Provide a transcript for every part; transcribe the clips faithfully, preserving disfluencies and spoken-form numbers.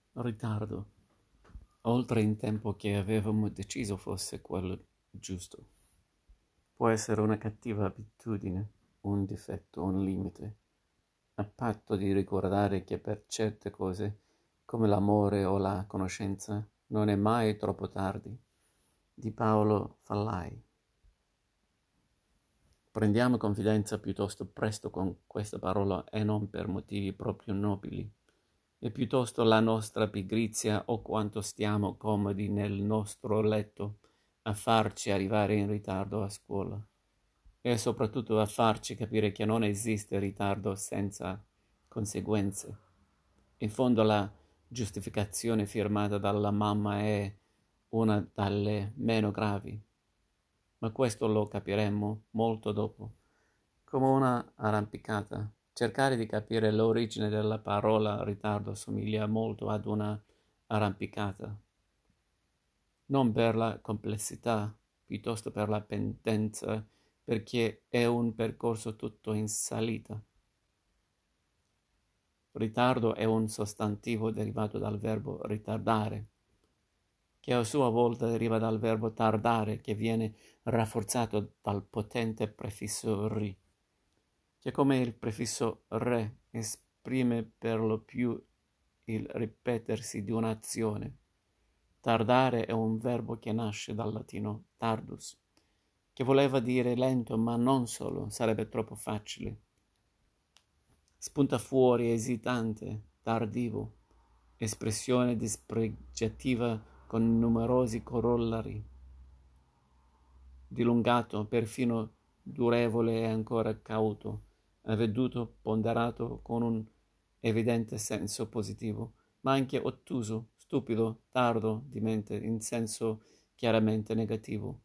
Ritardo, oltre in tempo che avevamo deciso fosse quello giusto. Può essere una cattiva abitudine, un difetto, un limite, a patto di ricordare che per certe cose, come l'amore o la conoscenza, non è mai troppo tardi. Di Paolo Fallai. Prendiamo confidenza piuttosto presto con questa parola e non per motivi proprio nobili. E piuttosto la nostra pigrizia o quanto stiamo comodi nel nostro letto a farci arrivare in ritardo a scuola e soprattutto a farci capire che non esiste ritardo senza conseguenze. In fondo la giustificazione firmata dalla mamma è una dalle meno gravi, ma questo lo capiremo molto dopo. Come una arrampicata. Cercare di capire l'origine della parola ritardo somiglia molto ad una arrampicata, non per la complessità, piuttosto per la pendenza, perché è un percorso tutto in salita. Ritardo è un sostantivo derivato dal verbo ritardare, che a sua volta deriva dal verbo tardare, che viene rafforzato dal potente prefisso ri, che come il prefisso re esprime per lo più il ripetersi di un'azione. Tardare è un verbo che nasce dal latino tardus, che voleva dire lento, ma non solo, sarebbe troppo facile. Spunta fuori esitante, tardivo, espressione dispregiativa con numerosi corollari. Dilungato, perfino durevole e ancora cauto, avveduto, ponderato con un evidente senso positivo, ma anche ottuso, stupido, tardo di mente in senso chiaramente negativo.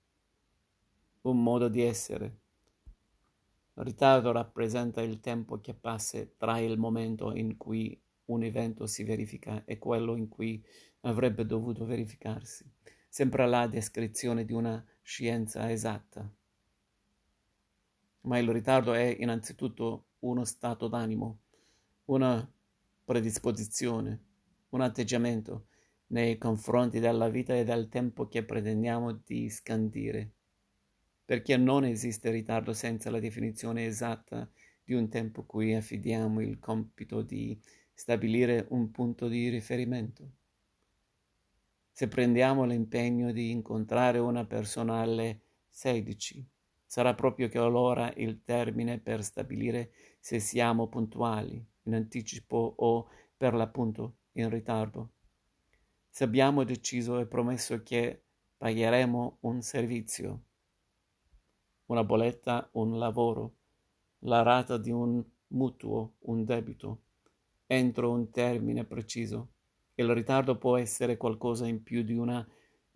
Un modo di essere. Ritardo rappresenta il tempo che passa tra il momento in cui un evento si verifica e quello in cui avrebbe dovuto verificarsi. Sembra la descrizione di una scienza esatta. Ma il ritardo è innanzitutto uno stato d'animo, una predisposizione, un atteggiamento nei confronti della vita e del tempo che pretendiamo di scandire, perché non esiste ritardo senza la definizione esatta di un tempo cui affidiamo il compito di stabilire un punto di riferimento. Se prendiamo l'impegno di incontrare una persona alle sedici, sarà proprio che allora il termine per stabilire se siamo puntuali, in anticipo o per l'appunto in ritardo. Se abbiamo deciso e promesso che pagheremo un servizio, una bolletta, un lavoro, la rata di un mutuo, un debito, entro un termine preciso, il ritardo può essere qualcosa in più di una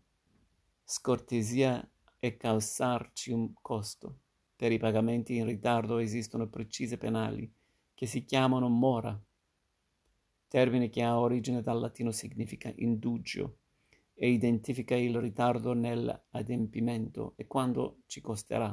scortesia e causarci un costo. Per i pagamenti in ritardo esistono precise penali che si chiamano mora, termine che ha origine dal latino significa indugio e identifica il ritardo nell'adempimento e quando ci costerà.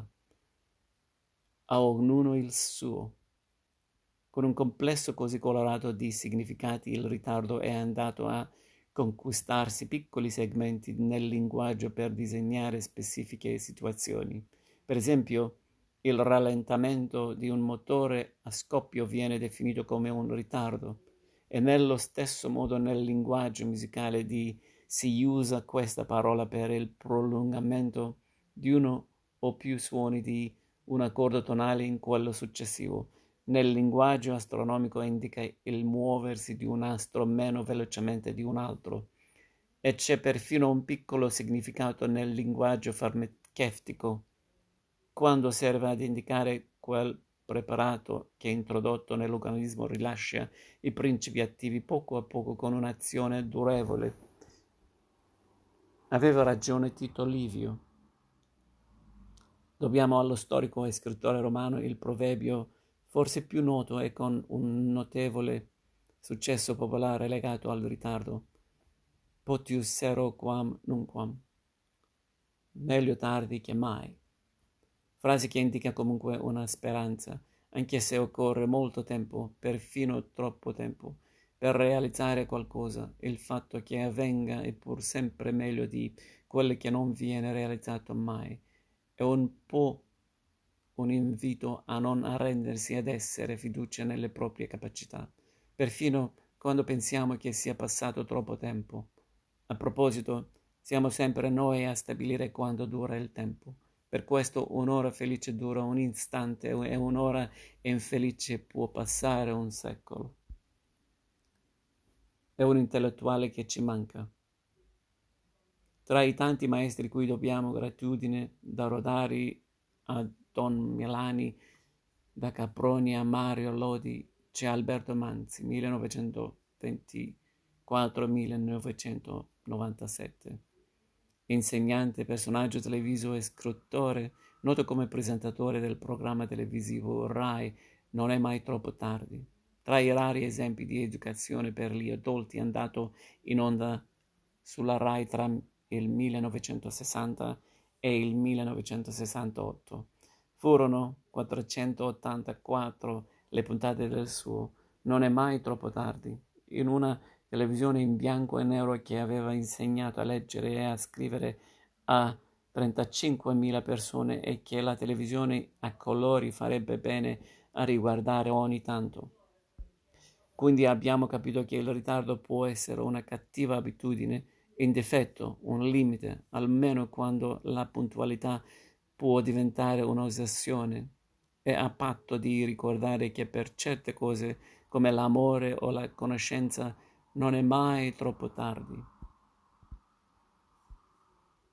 A ognuno il suo. Con un complesso così colorato di significati il ritardo è andato a conquistarsi piccoli segmenti nel linguaggio per disegnare specifiche situazioni. Per esempio, il rallentamento di un motore a scoppio viene definito come un ritardo e nello stesso modo nel linguaggio musicale di, si usa questa parola per il prolungamento di uno o più suoni di un accordo tonale in quello successivo. Nel linguaggio astronomico indica il muoversi di un astro meno velocemente di un altro, e c'è perfino un piccolo significato nel linguaggio farmaceutico, quando serve ad indicare quel preparato che introdotto nell'organismo rilascia i principi attivi poco a poco con un'azione durevole. Aveva ragione Tito Livio. Dobbiamo allo storico e scrittore romano il proverbio forse più noto e con un notevole successo popolare legato al ritardo: potius sero quam nunquam, meglio tardi che mai, frase che indica comunque una speranza, anche se occorre molto tempo, perfino troppo tempo, per realizzare qualcosa. Il fatto che avvenga è pur sempre meglio di quello che non viene realizzato mai. È un po' un invito a non arrendersi ed essere fiducia nelle proprie capacità, perfino quando pensiamo che sia passato troppo tempo. A proposito, siamo sempre noi a stabilire quanto dura il tempo. Per questo un'ora felice dura un istante e un'ora infelice può passare un secolo. È un intellettuale che ci manca. Tra i tanti maestri cui dobbiamo gratitudine, da Rodari a Don Milani, da Caproni a Mario Lodi, c'è Alberto Manzi, millenovecentoventiquattro-millenovecentonovantasette. Insegnante, personaggio televisivo e scrittore, noto come presentatore del programma televisivo Rai Non è mai troppo tardi. Tra i rari esempi di educazione per gli adulti andato in onda sulla Rai tra il millenovecentosessanta e il millenovecentosessantotto. Furono quattrocentottantaquattro le puntate del suo Non è mai troppo tardi, in una televisione in bianco e nero che aveva insegnato a leggere e a scrivere a trentacinquemila persone e che la televisione a colori farebbe bene a riguardare ogni tanto. Quindi abbiamo capito che il ritardo può essere una cattiva abitudine, in difetto, un limite, almeno quando la puntualità può diventare un'ossessione, e a patto di ricordare che per certe cose, come l'amore o la conoscenza, non è mai troppo tardi.